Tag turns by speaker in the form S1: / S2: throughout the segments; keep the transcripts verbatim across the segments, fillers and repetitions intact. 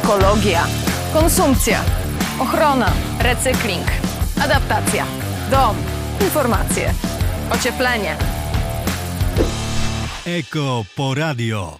S1: ekologia, konsumpcja, ochrona, recykling, adaptacja, dom, informacje, ocieplenie.
S2: Eko Poradio.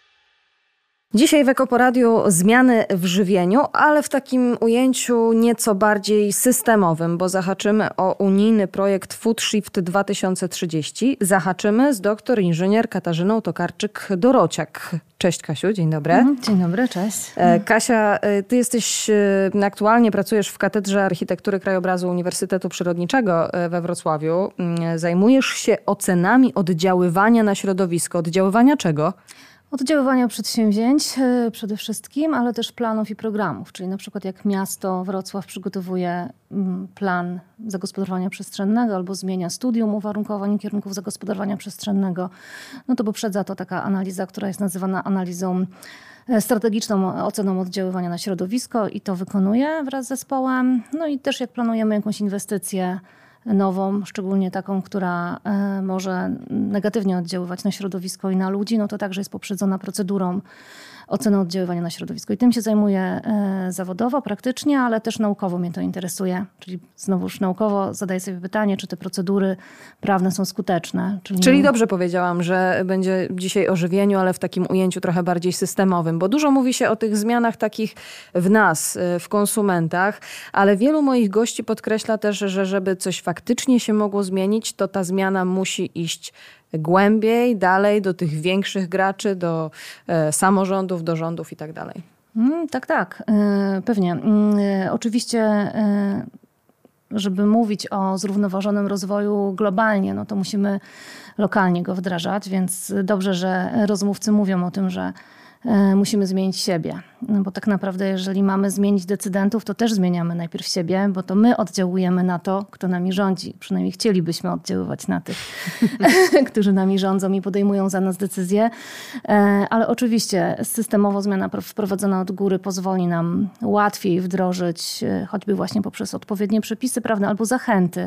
S3: Dzisiaj w Eko Poradiu zmiany w żywieniu, ale w takim ujęciu nieco bardziej systemowym, bo zahaczymy o unijny projekt Food Shift dwa tysiące trzydzieści. Zahaczymy z doktor inżynier Katarzyną Tokarczyk-Dorociak. Cześć Kasiu, dzień dobry.
S4: Dzień dobry, cześć.
S3: Kasia, ty jesteś, aktualnie pracujesz w Katedrze Architektury Krajobrazu Uniwersytetu Przyrodniczego we Wrocławiu. Zajmujesz się ocenami oddziaływania na środowisko. Oddziaływania czego?
S4: Oddziaływania przedsięwzięć przede wszystkim, ale też planów i programów. Czyli na przykład jak miasto Wrocław przygotowuje plan zagospodarowania przestrzennego albo zmienia studium uwarunkowań i kierunków zagospodarowania przestrzennego, no to poprzedza to taka analiza, która jest nazywana analizą strategiczną oceną oddziaływania na środowisko i to wykonuje wraz z zespołem. No i też jak planujemy jakąś inwestycję nową, szczególnie taką, która może negatywnie oddziaływać na środowisko i na ludzi, no to także jest poprzedzona procedurą oceny oddziaływania na środowisko. I tym się zajmuję zawodowo, praktycznie, ale też naukowo mnie to interesuje. Czyli znowuż naukowo zadaję sobie pytanie, czy te procedury prawne są skuteczne. Czyli,
S3: Czyli dobrze powiedziałam, że będzie dzisiaj o żywieniu, ale w takim ujęciu trochę bardziej systemowym, bo dużo mówi się o tych zmianach takich w nas, w konsumentach, ale wielu moich gości podkreśla też, że żeby coś faktycznie się mogło zmienić, to ta zmiana musi iść głębiej, dalej do tych większych graczy, do e, samorządów, do rządów i tak dalej.
S4: Mm, tak, tak, e, pewnie. E, oczywiście, e, żeby mówić o zrównoważonym rozwoju globalnie, no to musimy lokalnie go wdrażać, więc dobrze, że rozmówcy mówią o tym, że e, musimy zmienić siebie. No bo tak naprawdę, jeżeli mamy zmienić decydentów, to też zmieniamy najpierw siebie, bo to my oddziałujemy na to, kto nami rządzi. Przynajmniej chcielibyśmy oddziaływać na tych, którzy nami rządzą i podejmują za nas decyzje. Ale oczywiście systemowo zmiana wprowadzona od góry pozwoli nam łatwiej wdrożyć, choćby właśnie poprzez odpowiednie przepisy prawne albo zachęty,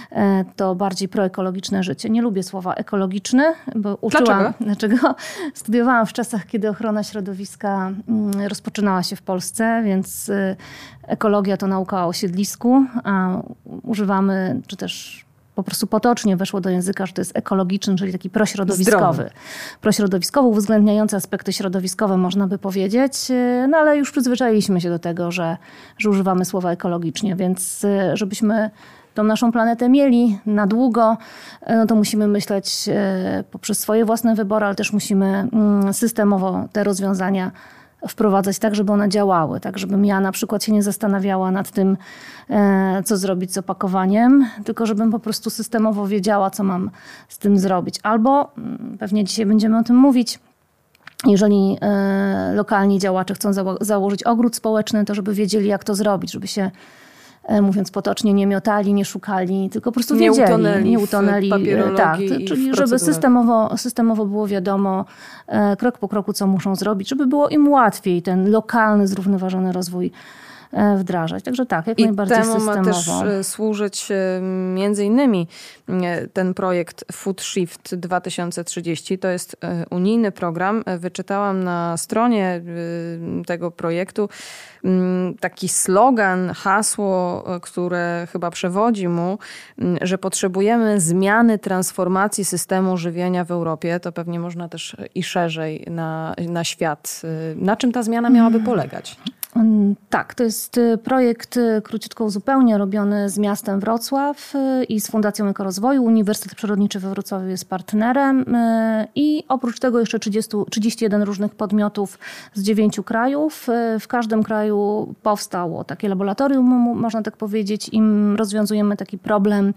S4: to bardziej proekologiczne życie. Nie lubię słowa ekologiczny, bo uczyłam...
S3: Dlaczego?
S4: Dlaczego? Studiowałam w czasach, kiedy ochrona środowiska rozpoczynała rozpoczynała się w Polsce, więc ekologia to nauka o osiedlisku, a używamy, czy też po prostu potocznie weszło do języka, że to jest ekologiczny, czyli taki prośrodowiskowy.
S3: Zdrowy.
S4: Prośrodowiskowy, uwzględniający aspekty środowiskowe, można by powiedzieć, no ale już przyzwyczailiśmy się do tego, że, że używamy słowa ekologicznie, więc żebyśmy tą naszą planetę mieli na długo, no to musimy myśleć poprzez swoje własne wybory, ale też musimy systemowo te rozwiązania wprowadzać tak, żeby one działały. Tak, żebym ja na przykład się nie zastanawiała nad tym, co zrobić z opakowaniem, tylko żebym po prostu systemowo wiedziała, co mam z tym zrobić. Albo, pewnie dzisiaj będziemy o tym mówić, jeżeli lokalni działacze chcą założyć ogród społeczny, to żeby wiedzieli, jak to zrobić, żeby się, mówiąc potocznie, nie miotali, nie szukali, tylko po prostu
S3: nie
S4: wiedzieli.
S3: Utonęli
S4: nie utonęli
S3: w papierologii.
S4: Tak,
S3: i
S4: czyli
S3: w
S4: żeby systemowo, systemowo było wiadomo e, krok po kroku, co muszą zrobić, żeby było im łatwiej ten lokalny, zrównoważony rozwój e, wdrażać. Także tak, jak
S3: I
S4: najbardziej
S3: temu
S4: systemowo.
S3: ma też e, służyć e, między innymi e, ten projekt Food Shift dwa tysiące trzydzieści. To jest e, unijny program. E, wyczytałam na stronie e, tego projektu taki slogan, hasło, które chyba przewodzi mu, że potrzebujemy zmiany, transformacji systemu żywienia w Europie. To pewnie można też i szerzej na, na świat. Na czym ta zmiana miałaby polegać?
S4: Tak, to jest projekt, króciutko uzupełnię, robiony z miastem Wrocław i z Fundacją Ekorozwoju. Uniwersytet Przyrodniczy we Wrocławiu jest partnerem i oprócz tego jeszcze trzydzieści, trzydzieści jeden różnych podmiotów z dziewięciu krajów. W każdym kraju powstało takie laboratorium, można tak powiedzieć, i rozwiązujemy taki problem,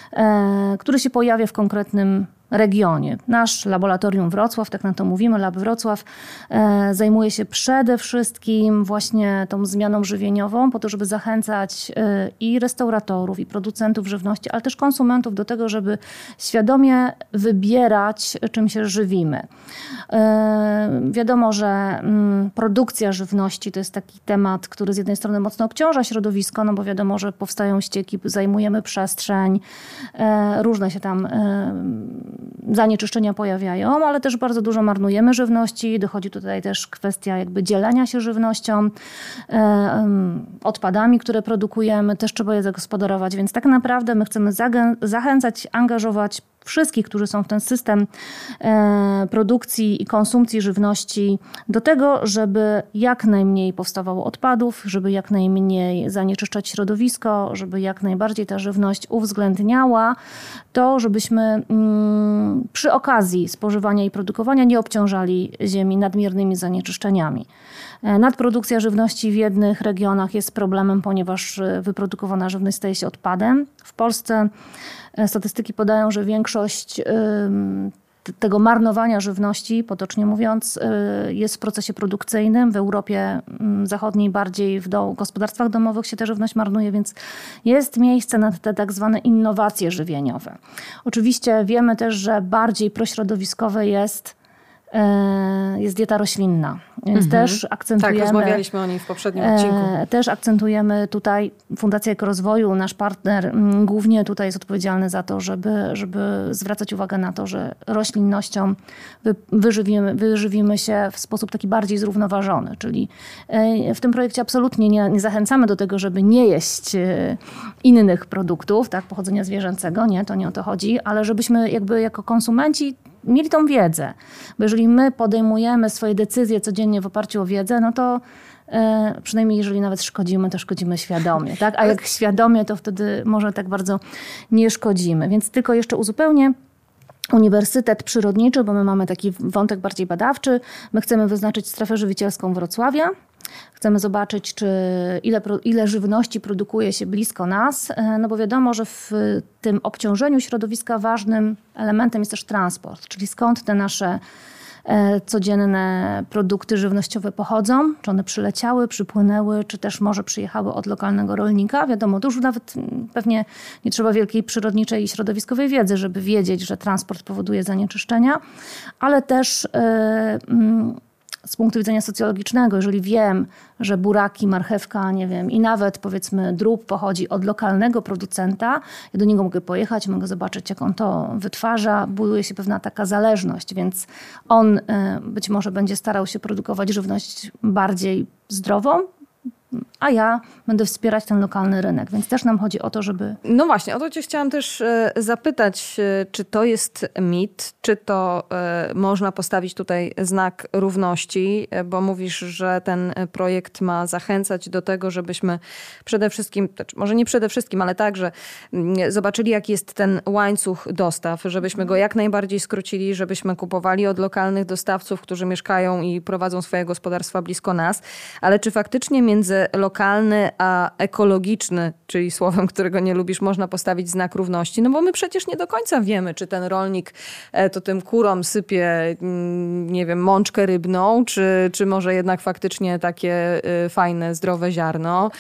S4: który się pojawia w konkretnym regionie. Nasz laboratorium Wrocław, tak na to mówimy, Lab Wrocław, e, zajmuje się przede wszystkim właśnie tą zmianą żywieniową po to, żeby zachęcać e, i restauratorów, i producentów żywności, ale też konsumentów do tego, żeby świadomie wybierać, czym się żywimy. Wiadomo, że produkcja żywności to jest taki temat, który z jednej strony mocno obciąża środowisko, no bo wiadomo, że powstają ścieki, zajmujemy przestrzeń, różne się tam zanieczyszczenia pojawiają, ale też bardzo dużo marnujemy żywności. Dochodzi tutaj też kwestia jakby dzielenia się żywnością, odpadami, które produkujemy, też trzeba je zagospodarować, więc tak naprawdę my chcemy zachęcać, angażować wszystkich, którzy są w ten system produkcji i konsumpcji żywności do tego, żeby jak najmniej powstawało odpadów, żeby jak najmniej zanieczyszczać środowisko, żeby jak najbardziej ta żywność uwzględniała to, żebyśmy przy okazji spożywania i produkowania nie obciążali ziemi nadmiernymi zanieczyszczeniami. Nadprodukcja żywności w jednych regionach jest problemem, ponieważ wyprodukowana żywność staje się odpadem. W Polsce statystyki podają, że większość tego marnowania żywności, potocznie mówiąc, jest w procesie produkcyjnym. W Europie Zachodniej bardziej w do, gospodarstwach domowych się ta żywność marnuje, więc jest miejsce na te tak zwane innowacje żywieniowe. Oczywiście wiemy też, że bardziej prośrodowiskowe jest jest dieta roślinna, więc mhm. też akcentujemy...
S3: Tak, rozmawialiśmy o niej w poprzednim odcinku.
S4: Też akcentujemy tutaj, Fundacja Ekorozwoju, nasz partner, głównie tutaj jest odpowiedzialny za to, żeby, żeby zwracać uwagę na to, że roślinnością wy, wyżywimy, wyżywimy się w sposób taki bardziej zrównoważony, czyli w tym projekcie absolutnie nie, nie zachęcamy do tego, żeby nie jeść innych produktów, tak, pochodzenia zwierzęcego, nie, to nie o to chodzi, ale żebyśmy jakby jako konsumenci mieli tą wiedzę, bo jeżeli my podejmujemy swoje decyzje codziennie w oparciu o wiedzę, no to e, przynajmniej jeżeli nawet szkodzimy, to szkodzimy świadomie, tak? A jak świadomie, to wtedy może tak bardzo nie szkodzimy. Więc tylko jeszcze uzupełnię. Uniwersytet Przyrodniczy, bo my mamy taki wątek bardziej badawczy. My chcemy wyznaczyć strefę żywicielską Wrocławia. Chcemy zobaczyć, czy ile, ile żywności produkuje się blisko nas, no bo wiadomo, że w tym obciążeniu środowiska ważnym elementem jest też transport, czyli skąd te nasze codzienne produkty żywnościowe pochodzą, czy one przyleciały, przypłynęły, czy też może przyjechały od lokalnego rolnika. Wiadomo, to już nawet pewnie nie trzeba wielkiej przyrodniczej i środowiskowej wiedzy, żeby wiedzieć, że transport powoduje zanieczyszczenia, ale też yy, z punktu widzenia socjologicznego, jeżeli wiem, że buraki, marchewka, nie wiem, i nawet powiedzmy drób pochodzi od lokalnego producenta, ja do niego mogę pojechać, mogę zobaczyć, jak on to wytwarza, buduje się pewna taka zależność, więc on być może będzie starał się produkować żywność bardziej zdrową, a ja będę wspierać ten lokalny rynek, więc też nam chodzi o to, żeby...
S3: No właśnie, o to cię chciałam też zapytać, czy to jest mit, czy to można postawić tutaj znak równości, bo mówisz, że ten projekt ma zachęcać do tego, żebyśmy przede wszystkim, może nie przede wszystkim, ale także zobaczyli, jaki jest ten łańcuch dostaw, żebyśmy go jak najbardziej skrócili, żebyśmy kupowali od lokalnych dostawców, którzy mieszkają i prowadzą swoje gospodarstwa blisko nas, ale czy faktycznie między lokalny a ekologiczny, czyli słowem, którego nie lubisz, można postawić znak równości? No bo my przecież nie do końca wiemy, czy ten rolnik to tym kurom sypie, nie wiem, mączkę rybną, czy, czy może jednak faktycznie takie fajne, zdrowe ziarno.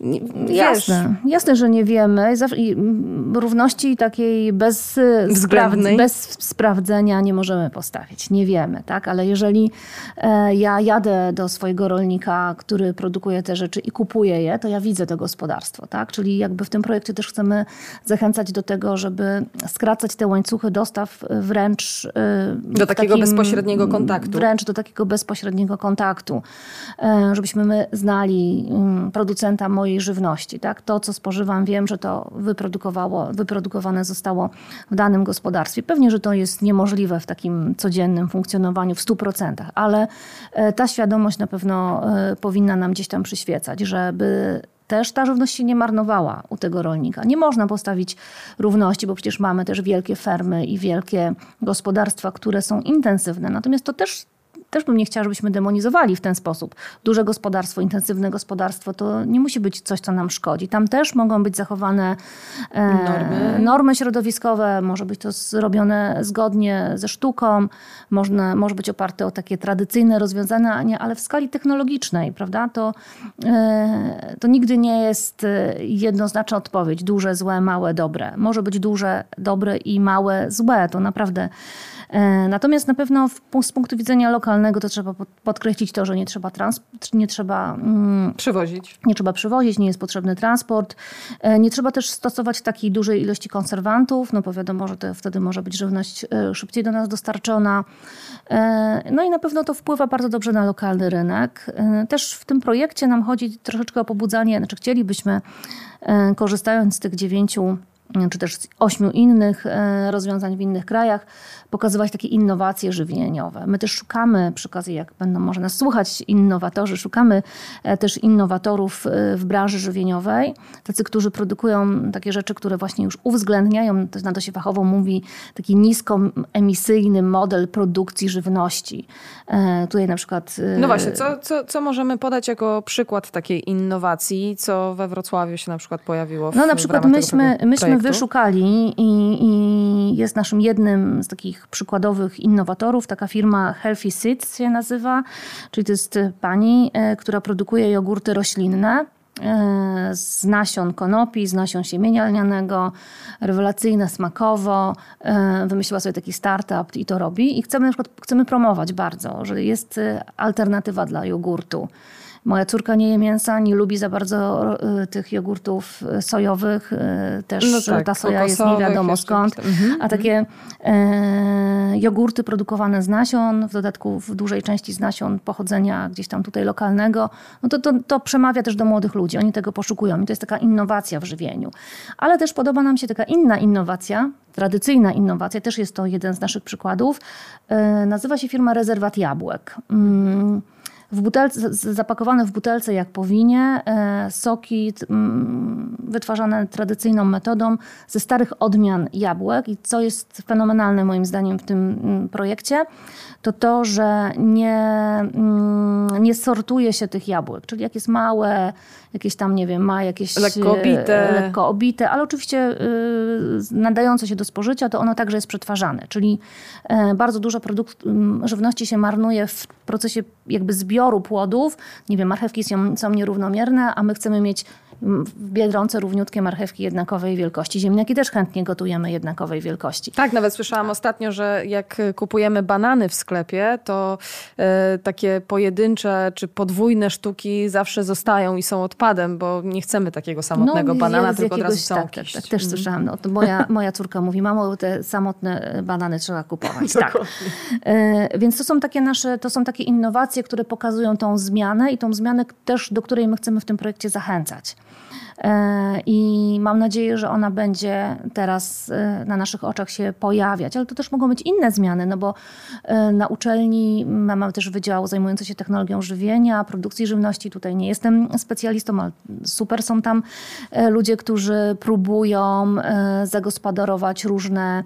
S4: Jasne, jasne, że nie wiemy. I równości takiej bez,
S3: Względnej.
S4: bez sprawdzenia nie możemy postawić. Nie wiemy, tak? Ale jeżeli ja jadę do swojego rolnika, który produkuje te rzeczy i kupuje je, to ja widzę to gospodarstwo, tak? Czyli jakby w tym projekcie też chcemy zachęcać do tego, żeby skracać te łańcuchy dostaw wręcz
S3: do takiego takim, bezpośredniego kontaktu.
S4: Wręcz do takiego bezpośredniego kontaktu. Żebyśmy my znali producenta mojej żywności, tak? To, co spożywam, wiem, że to wyprodukowało, wyprodukowane zostało w danym gospodarstwie. Pewnie, że to jest niemożliwe w takim codziennym funkcjonowaniu w stu procentach, ale ta świadomość na pewno powinna nam gdzieś tam przyświecać, żeby też ta żywność się nie marnowała u tego rolnika. Nie można postawić równości, bo przecież mamy też wielkie fermy i wielkie gospodarstwa, które są intensywne. Natomiast to też Też bym nie chciała, żebyśmy demonizowali w ten sposób. Duże gospodarstwo, intensywne gospodarstwo to nie musi być coś, co nam szkodzi. Tam też mogą być zachowane e, normy. normy środowiskowe, może być to zrobione zgodnie ze sztuką, można, może być oparte o takie tradycyjne rozwiązania, ale w skali technologicznej, prawda? To, e, to nigdy nie jest jednoznaczna odpowiedź. Duże, złe, małe, dobre. Może być duże, dobre i małe, złe. To naprawdę Natomiast na pewno z punktu widzenia lokalnego to trzeba podkreślić to, że nie trzeba, trans- nie trzeba mm,
S3: przywozić.
S4: Nie trzeba przywozić, nie jest potrzebny transport. Nie trzeba też stosować takiej dużej ilości konserwantów, no bo wiadomo, że to wtedy może być żywność szybciej do nas dostarczona. No i na pewno to wpływa bardzo dobrze na lokalny rynek. Też w tym projekcie nam chodzi troszeczkę o pobudzanie, znaczy chcielibyśmy, korzystając z tych dziewięciu czy też ośmiu innych rozwiązań w innych krajach, pokazywać takie innowacje żywieniowe. My też szukamy, przy okazji jak będą może nas słuchać innowatorzy, szukamy też innowatorów w branży żywieniowej, tacy, którzy produkują takie rzeczy, które właśnie już uwzględniają, to na to się fachowo mówi, taki niskoemisyjny model produkcji żywności. Tutaj na przykład...
S3: No właśnie, co, co, co możemy podać jako przykład takiej innowacji, co we Wrocławiu się na przykład pojawiło w
S4: No na przykład myśmy, myśmy
S3: projektu?
S4: wyszukali i, i jest naszym jednym z takich przykładowych innowatorów, taka firma Healthy Seeds się nazywa, czyli to jest pani, która produkuje jogurty roślinne z nasion konopi, z nasion siemienia lnianego, rewelacyjne smakowo. Wymyśliła sobie taki startup i to robi. I chcemy na przykład chcemy promować bardzo, że jest alternatywa dla jogurtu. Moja córka nie je mięsa, nie lubi za bardzo y, tych jogurtów sojowych. Y, też no tak, ta soja jest nie wiadomo skąd. Mhm, a takie y, jogurty produkowane z nasion, w dodatku w dużej części z nasion pochodzenia gdzieś tam tutaj lokalnego, no to, to, to przemawia też do młodych ludzi. Oni tego poszukują i to jest taka innowacja w żywieniu. Ale też podoba nam się taka inna innowacja, tradycyjna innowacja, też jest to jeden z naszych przykładów. Y, nazywa się firma Rezerwat Jabłek. Y, W butelce, zapakowane w butelce jak po winie, soki wytwarzane tradycyjną metodą ze starych odmian jabłek. I co jest fenomenalne moim zdaniem w tym projekcie, to to, że nie, nie sortuje się tych jabłek. Czyli jak jest małe, jakieś tam, nie wiem, ma jakieś
S3: lekko obite,
S4: lekko obite ale oczywiście nadające się do spożycia, to ono także jest przetwarzane. Czyli bardzo dużo produkt, żywności się marnuje w procesie jakby zbioru płodów. Nie wiem, marchewki są, są nierównomierne, a my chcemy mieć w Biedronce równiutkie marchewki jednakowej wielkości. Ziemniaki też chętnie gotujemy jednakowej wielkości.
S3: Tak, nawet słyszałam ostatnio, że jak kupujemy banany w sklepie, to y, takie pojedyncze czy podwójne sztuki zawsze zostają i są odpadem, bo nie chcemy takiego samotnego
S4: no,
S3: banana,
S4: z
S3: tylko od razu
S4: tak, tak, tak, też słyszałam. No, to moja, moja córka mówi, mamo, te samotne banany trzeba kupować. Tak. Y, więc to są takie nasze, to są takie innowacje, które pokazują tą zmianę i tą zmianę też, do której my chcemy w tym projekcie zachęcać. I mam nadzieję, że ona będzie teraz na naszych oczach się pojawiać. Ale to też mogą być inne zmiany, no bo na uczelni mamy też wydział zajmujący się technologią żywienia, produkcji żywności. Tutaj nie jestem specjalistą, ale super są tam ludzie, którzy próbują zagospodarować różne,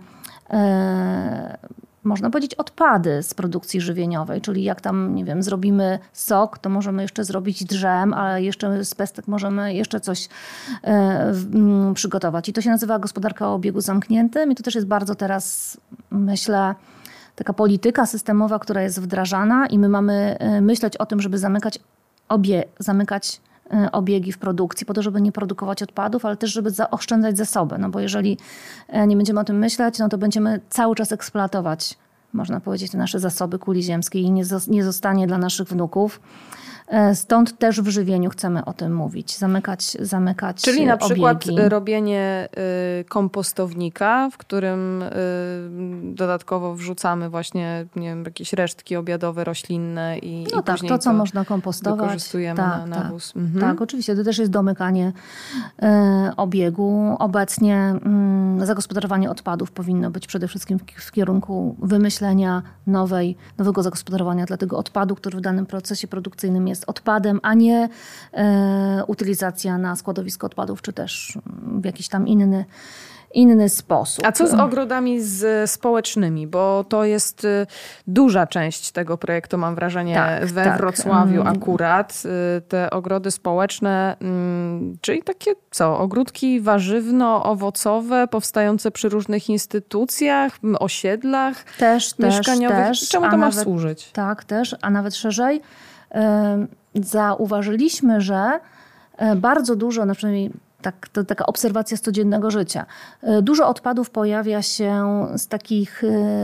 S4: można powiedzieć, odpady z produkcji żywieniowej, czyli jak tam, nie wiem, zrobimy sok, to możemy jeszcze zrobić drzem, ale jeszcze z pestek możemy jeszcze coś e, m, przygotować. I to się nazywa gospodarka o obiegu zamkniętym i to też jest bardzo teraz, myślę, taka polityka systemowa, która jest wdrażana i my mamy myśleć o tym, żeby zamykać obie, zamykać obiegi w produkcji, po to, żeby nie produkować odpadów, ale też, żeby zaoszczędzać zasoby. No bo jeżeli nie będziemy o tym myśleć, no to będziemy cały czas eksploatować, można powiedzieć, te nasze zasoby kuli ziemskiej i nie, nie zostanie dla naszych wnuków. Stąd też w żywieniu chcemy o tym mówić, zamykać, zamykać
S3: Czyli na przykład
S4: obiegi.
S3: robienie y, kompostownika, w którym y, dodatkowo wrzucamy właśnie, nie wiem, jakieś resztki obiadowe, roślinne i,
S4: no
S3: i
S4: tak,
S3: później
S4: to, co
S3: to
S4: można kompostować.
S3: Wykorzystujemy
S4: tak,
S3: na nawóz.
S4: Tak,
S3: mhm.
S4: tak, oczywiście. To też jest domykanie y, obiegu. Obecnie y, zagospodarowanie odpadów powinno być przede wszystkim w, w kierunku wymyślenia nowej, nowego zagospodarowania dla tego odpadu, który w danym procesie produkcyjnym jest odpadem, a nie e, utylizacja na składowisko odpadów, czy też w jakiś tam inny, inny sposób.
S3: A co z ogrodami z społecznymi? Bo to jest duża część tego projektu, mam wrażenie,
S4: tak,
S3: we
S4: tak.
S3: Wrocławiu akurat. Te ogrody społeczne, czyli takie co? Ogródki warzywno-owocowe powstające przy różnych instytucjach, osiedlach
S4: też,
S3: mieszkaniowych.
S4: Też,
S3: Czemu to ma
S4: nawet,
S3: służyć?
S4: Tak, też, a nawet szerzej zauważyliśmy, że bardzo dużo, na przynajmniej tak, to taka obserwacja z codziennego życia, dużo odpadów pojawia się z takich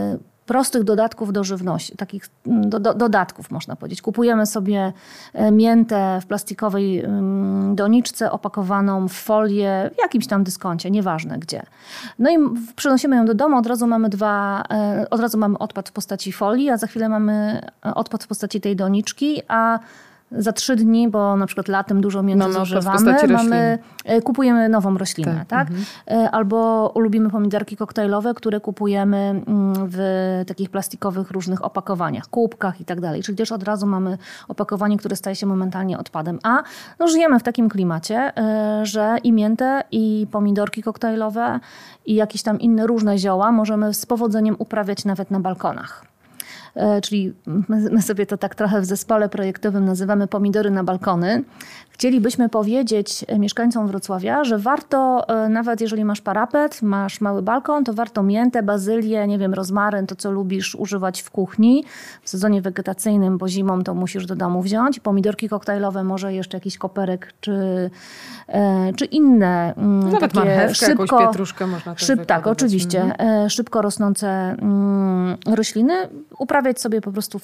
S4: prostych dodatków do żywności, takich do, do, dodatków można powiedzieć. Kupujemy sobie miętę w plastikowej doniczce opakowaną w folię w jakimś tam dyskoncie, nieważne gdzie. No i przynosimy ją do domu, od razu mamy dwa, od razu mamy odpad w postaci folii, a za chwilę mamy odpad w postaci tej doniczki, a za trzy dni, bo na przykład latem dużo mięty zużywamy, mamy, kupujemy nową roślinę, tak? tak? Mhm. Albo lubimy pomidorki koktajlowe, które kupujemy w takich plastikowych różnych opakowaniach, kubkach i tak dalej. Czyli też od razu mamy opakowanie, które staje się momentalnie odpadem. A no, żyjemy w takim klimacie, że i miętę, i pomidorki koktajlowe, i jakieś tam inne różne zioła możemy z powodzeniem uprawiać nawet na balkonach. Czyli my sobie to tak trochę w zespole projektowym nazywamy pomidory na balkony. Chcielibyśmy powiedzieć mieszkańcom Wrocławia, że warto, nawet jeżeli masz parapet, masz mały balkon, to warto miętę, bazylię, nie wiem, rozmaryn, to co lubisz używać w kuchni w sezonie wegetacyjnym, bo zimą to musisz do domu wziąć. Pomidorki koktajlowe, może jeszcze jakiś koperek, czy, czy inne
S3: nawet
S4: takie
S3: marchewkę,
S4: szybko,
S3: jakąś pietruszkę można też
S4: szyb, Tak, oczywiście.
S3: Mhm.
S4: Szybko rosnące rośliny uprawiać sobie po prostu w,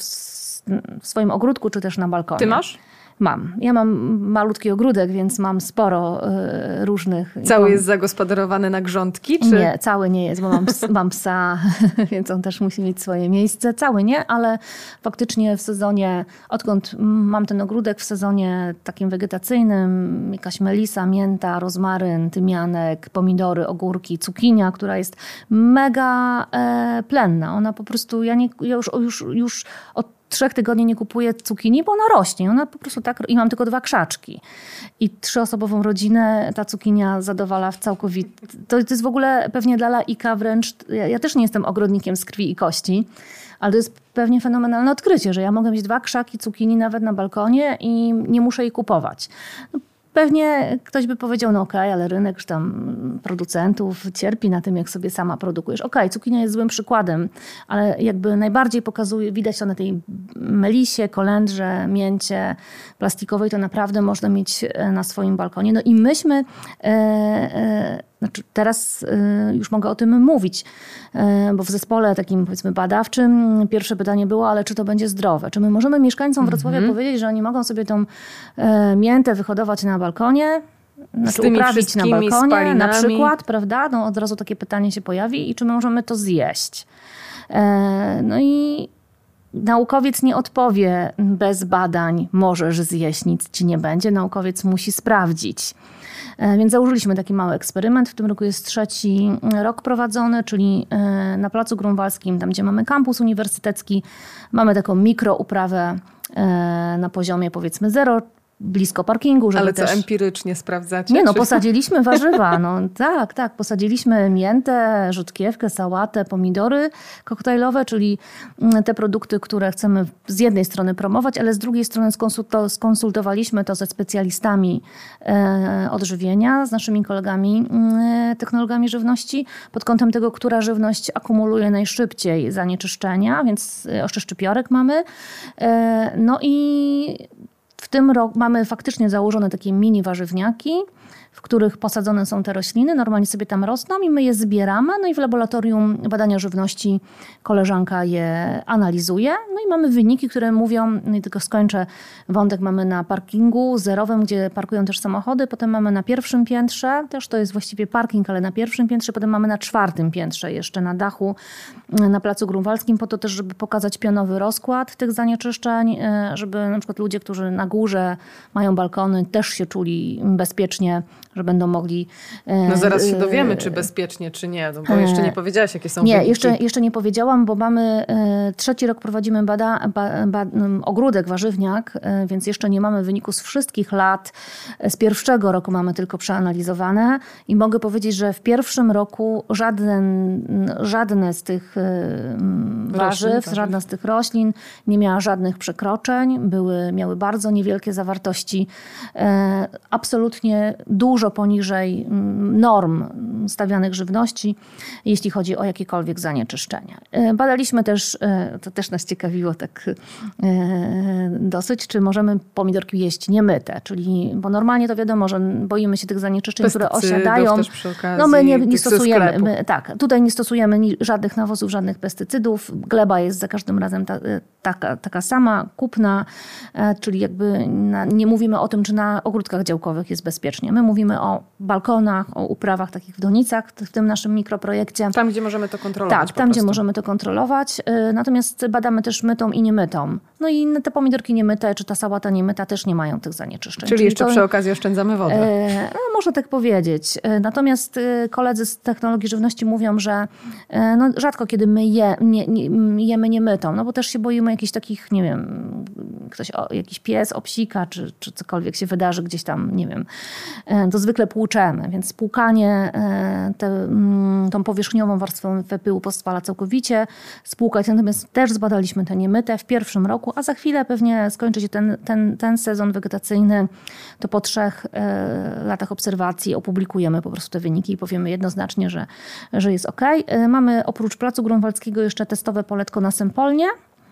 S4: w swoim ogródku, czy też na balkonie.
S3: Ty masz?
S4: Mam. Ja mam malutki ogródek, więc mam sporo y, różnych...
S3: Cały
S4: mam...
S3: jest zagospodarowany na grządki? Czy...
S4: Nie, cały nie jest, bo mam, ps, mam psa, więc on też musi mieć swoje miejsce. Cały nie, ale faktycznie w sezonie, odkąd mam ten ogródek, w sezonie takim wegetacyjnym, jakaś melisa, mięta, rozmaryn, tymianek, pomidory, ogórki, cukinia, która jest mega e, plenna. Ona po prostu, ja, nie, ja już, już, już od trzech tygodni nie kupuję cukinii, bo ona rośnie. Ona po prostu tak, i mam tylko dwa krzaczki. I trzyosobową rodzinę ta cukinia zadowala w całkowicie. To, to jest w ogóle pewnie dla laika wręcz, ja, ja też nie jestem ogrodnikiem z krwi i kości, ale to jest pewnie fenomenalne odkrycie, że ja mogę mieć dwa krzaki cukinii nawet na balkonie i nie muszę jej kupować. No, pewnie ktoś by powiedział, no okej, okay, ale rynek już tam producentów cierpi na tym, jak sobie sama produkujesz. Okej, okay, cukinia jest złym przykładem, ale jakby najbardziej pokazuje, widać to na tej melisie, kolendrze, mięcie plastikowej, to naprawdę można mieć na swoim balkonie. No i myśmy, e, e, znaczy teraz e, już mogę o tym mówić, e, bo w zespole takim powiedzmy badawczym pierwsze pytanie było, ale czy to będzie zdrowe? Czy my możemy mieszkańcom Wrocławia mm-hmm. powiedzieć, że oni mogą sobie tą e, miętę wyhodować na balkonie, znaczy uprawić na balkonie na przykład, prawda? No od razu takie pytanie się pojawi i czy my możemy to zjeść? E, no i naukowiec nie odpowie bez badań, możesz zjeść, nic ci nie będzie. Naukowiec musi sprawdzić. Więc założyliśmy taki mały eksperyment. W tym roku jest trzeci rok prowadzony, czyli na Placu Grunwaldzkim, tam gdzie mamy kampus uniwersytecki, mamy taką mikrouprawę na poziomie powiedzmy zero, blisko parkingu. Żeby
S3: Ale co,
S4: też...
S3: empirycznie sprawdzacie?
S4: Nie no,
S3: czy...
S4: posadziliśmy warzywa. No, tak, tak. Posadziliśmy miętę, rzodkiewkę, sałatę, pomidory koktajlowe, czyli te produkty, które chcemy z jednej strony promować, ale z drugiej strony skonsultowaliśmy to ze specjalistami e, odżywienia, z naszymi kolegami, e, technologami żywności, pod kątem tego, która żywność akumuluje najszybciej zanieczyszczenia, więc oszczeszczypiorek mamy. E, no i w tym roku mamy faktycznie założone takie mini warzywniaki, w których posadzone są te rośliny, normalnie sobie tam rosną i my je zbieramy, no i w laboratorium badania żywności koleżanka je analizuje, no i mamy wyniki, które mówią, no i tylko skończę wątek, mamy na parkingu zerowym, gdzie parkują też samochody, potem mamy na pierwszym piętrze, też to jest właściwie parking, ale na pierwszym piętrze, potem mamy na czwartym piętrze jeszcze na dachu na Placu Grunwaldzkim, po to też, żeby pokazać pionowy rozkład tych zanieczyszczeń, żeby na przykład ludzie, którzy na górze mają balkony, też się czuli bezpiecznie, że będą mogli...
S3: No zaraz się dowiemy, czy bezpiecznie, czy nie, no bo jeszcze nie powiedziałaś, jakie są
S4: Nie,
S3: wyniki.
S4: jeszcze, jeszcze nie powiedziałam, bo mamy trzeci rok prowadzimy bada, ba, ba, ogródek, warzywniak, więc jeszcze nie mamy wyniku z wszystkich lat. Z pierwszego roku mamy tylko przeanalizowane i mogę powiedzieć, że w pierwszym roku żaden, żadne z tych warzyw, roślin, żadna z tych roślin nie miała żadnych przekroczeń, były, miały bardzo niewielkie zawartości. Absolutnie dużo poniżej norm stawianych żywności, jeśli chodzi o jakiekolwiek zanieczyszczenia. Badaliśmy też, to też nas ciekawiło tak dosyć, czy możemy pomidorki jeść niemyte, czyli, bo normalnie to wiadomo, że boimy się tych zanieczyszczeń, które osiadają.
S3: Też przy okazji,
S4: no my nie, nie stosujemy, my, tak, tutaj nie stosujemy ni, żadnych nawozów, żadnych pestycydów. Gleba jest za każdym razem ta, taka, taka sama, kupna, czyli jakby na, nie mówimy o tym, czy na ogródkach działkowych jest bezpiecznie. My mówimy o balkonach, o uprawach takich w donicach, w tym naszym mikroprojekcie.
S3: Tam, gdzie możemy to kontrolować.
S4: Tak, tam, gdzie możemy to kontrolować. Natomiast badamy też mytą i niemytą. No i te pomidorki niemyte, czy ta sałata niemyta też nie mają tych zanieczyszczeń.
S3: Czyli, Czyli jeszcze to, przy okazji oszczędzamy wodę.
S4: E, no, można tak powiedzieć. Natomiast koledzy z technologii żywności mówią, że no, rzadko kiedy my je, nie, nie, jemy niemytą, no bo też się boimy jakichś takich, nie wiem, ktoś, o, jakiś pies obsika, czy, czy cokolwiek się wydarzy gdzieś tam, nie wiem, to zwykle płuczemy, więc płukanie te, tą powierzchniową warstwą pyłu pozwala całkowicie spłukać. Natomiast też zbadaliśmy te niemyte w pierwszym roku, a za chwilę pewnie skończy się ten, ten, ten sezon wegetacyjny, to po trzech latach obserwacji opublikujemy po prostu te wyniki i powiemy jednoznacznie, że, że jest ok. Mamy oprócz Placu Grunwaldzkiego jeszcze testowe poletko na Sempolnie,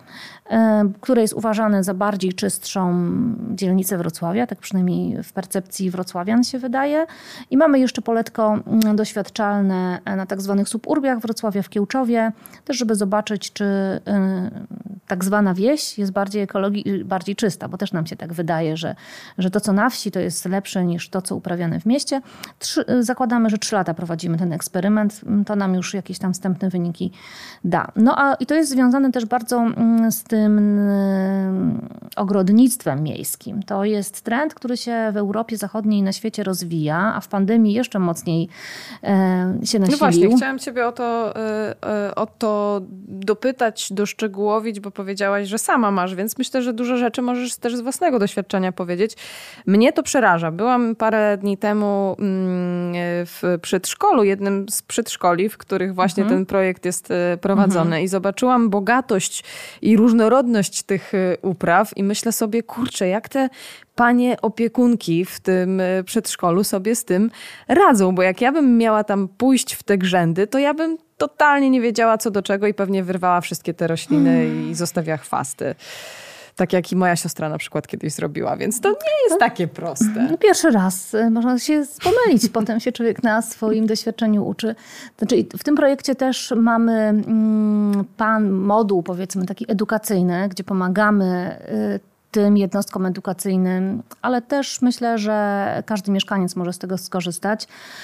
S4: które jest uważane za bardziej czystszą dzielnicę Wrocławia, tak przynajmniej w percepcji wrocławian się wydaje. I mamy jeszcze poletko doświadczalne na tak zwanych suburbiach Wrocławia w Kiełczowie, też żeby zobaczyć, czy tak zwana wieś jest bardziej ekologii, bardziej czysta, bo też nam się tak wydaje, że, że to, co na wsi, to jest lepsze niż to, co uprawiane w mieście. Trzy, zakładamy, że trzy lata prowadzimy ten eksperyment. To nam już jakieś tam wstępne wyniki da. No a i to jest związane też bardzo z tym ogrodnictwem miejskim. To jest trend, który się w Europie Zachodniej i na świecie rozwija, a w pandemii jeszcze mocniej się nasilił.
S3: No właśnie, chciałam ciebie o to, o to dopytać, doszczegółowić, bo powiedziałaś, że sama masz, więc myślę, że dużo rzeczy możesz też z własnego doświadczenia powiedzieć. Mnie to przeraża. Byłam parę dni temu w przedszkolu, jednym z przedszkoli, w których właśnie mhm. ten projekt jest prowadzony mhm. i zobaczyłam bogatość i różnorodność tych upraw i myślę sobie, kurczę, jak te panie opiekunki w tym przedszkolu sobie z tym radzą, bo jak ja bym miała tam pójść w te grzędy, to ja bym totalnie nie wiedziała co do czego i pewnie wyrwała wszystkie te rośliny hmm. i zostawiała chwasty. Tak jak i moja siostra na przykład kiedyś zrobiła, więc to nie jest takie proste.
S4: No pierwszy raz można się pomylić, potem się człowiek na swoim doświadczeniu uczy. Znaczy, w tym projekcie też mamy mm, pan moduł, powiedzmy taki edukacyjny, gdzie pomagamy y, tym jednostkom edukacyjnym, ale też myślę, że każdy mieszkaniec może z tego skorzystać.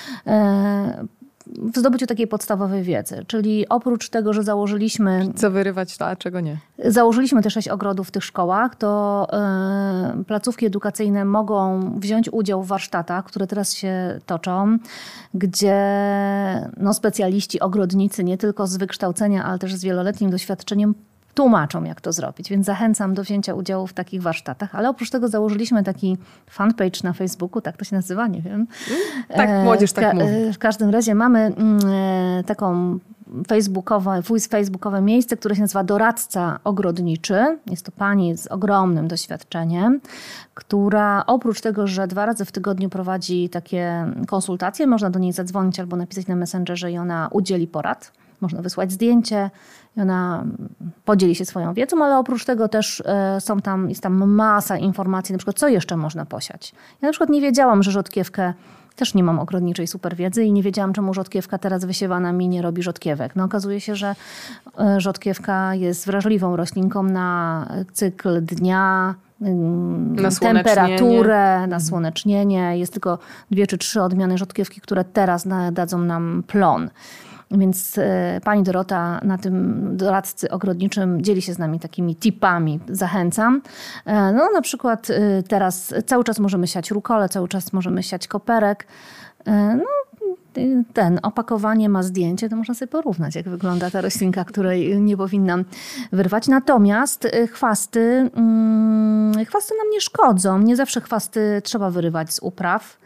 S4: Y, w zdobyciu takiej podstawowej wiedzy. Czyli oprócz tego, że założyliśmy...
S3: Co wyrywać, a czego nie?
S4: Założyliśmy te sześć ogrodów w tych szkołach, to y, placówki edukacyjne mogą wziąć udział w warsztatach, które teraz się toczą, gdzie no, specjaliści, ogrodnicy, nie tylko z wykształcenia, ale też z wieloletnim doświadczeniem tłumaczą, jak to zrobić. Więc zachęcam do wzięcia udziału w takich warsztatach. Ale oprócz tego założyliśmy taki fanpage na Facebooku, tak to się nazywa, nie wiem.
S3: Tak, młodzież tak mówi.
S4: W każdym razie mamy taką facebookowe, facebookowe miejsce, które się nazywa Doradca Ogrodniczy. Jest to pani z ogromnym doświadczeniem, która oprócz tego, że dwa razy w tygodniu prowadzi takie konsultacje, można do niej zadzwonić albo napisać na Messengerze i ona udzieli porad. Można wysłać zdjęcie i ona podzieli się swoją wiedzą, ale oprócz tego też są tam, jest tam masa informacji, na przykład co jeszcze można posiać. Ja na przykład nie wiedziałam, że rzodkiewkę, też nie mam ogrodniczej super wiedzy i nie wiedziałam, czemu rzodkiewka teraz wysiewana mi nie robi rzodkiewek. No okazuje się, że rzodkiewka jest wrażliwą roślinką na cykl dnia, na temperaturę, na słonecznienie. Jest tylko dwie czy trzy odmiany rzodkiewki, które teraz dadzą nam plon. Więc pani Dorota na tym doradcy ogrodniczym dzieli się z nami takimi tipami. Zachęcam. No na przykład teraz cały czas możemy siać rukole, cały czas możemy siać koperek. No, ten opakowanie ma zdjęcie, to można sobie porównać, jak wygląda ta roślinka, której nie powinnam wyrwać. Natomiast chwasty, chwasty nam nie szkodzą. Nie zawsze chwasty trzeba wyrywać z upraw.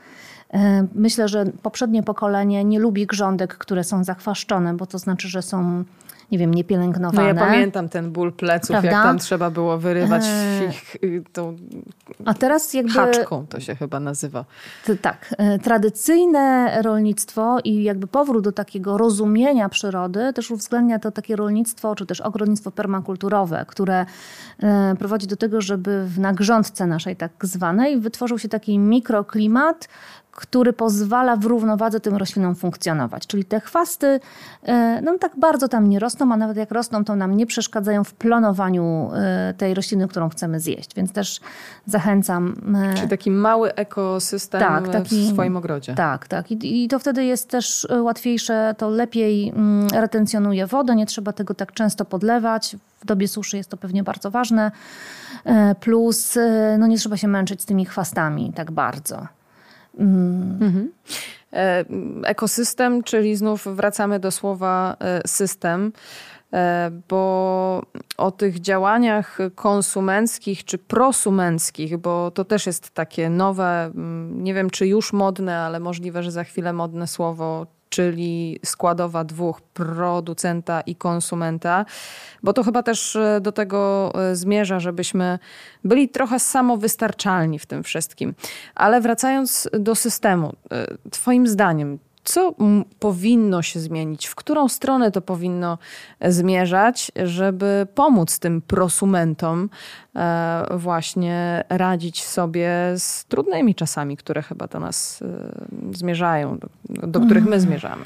S4: Myślę, że poprzednie pokolenie nie lubi grządek, które są zachwaszczone, bo to znaczy, że są nie wiem, niepielęgnowane.
S3: No ja pamiętam ten ból pleców,
S4: Prawda?
S3: jak tam trzeba było wyrywać
S4: Eee,
S3: ich tą
S4: A teraz jakby...
S3: haczką, to się chyba nazywa.
S4: T- Tak. E, Tradycyjne rolnictwo i jakby powrót do takiego rozumienia przyrody też uwzględnia to takie rolnictwo, czy też ogrodnictwo permakulturowe, które e, prowadzi do tego, żeby w nagrządce naszej tak zwanej wytworzył się taki mikroklimat, który pozwala w równowadze tym roślinom funkcjonować. Czyli te chwasty e, no tak bardzo tam nie rosną, a nawet jak rosną, to nam nie przeszkadzają w plonowaniu e, tej rośliny, którą chcemy zjeść. Więc też zachęcam. e,
S3: Czyli taki mały ekosystem
S4: Tak, taki-
S3: w swoim ogrodzie.
S4: Tak, tak. I, I to wtedy jest też łatwiejsze, to lepiej mm, retencjonuje wodę, nie trzeba tego tak często podlewać. W dobie suszy jest to pewnie bardzo ważne. E, Plus e, no nie trzeba się męczyć z tymi chwastami tak bardzo.
S3: Mhm. E, Ekosystem, czyli znów wracamy do słowa e, system, e, bo o tych działaniach konsumenckich czy prosumenckich, bo to też jest takie nowe, mm, nie wiem czy już modne, ale możliwe, że za chwilę modne słowo, czyli składowa dwóch, producenta i konsumenta, bo to chyba też do tego zmierza, żebyśmy byli trochę samowystarczalni w tym wszystkim. Ale wracając do systemu, twoim zdaniem, co m- powinno się zmienić? W którą stronę to powinno zmierzać, żeby pomóc tym prosumentom e, właśnie radzić sobie z trudnymi czasami, które chyba do nas e, zmierzają, do, do których my zmierzamy?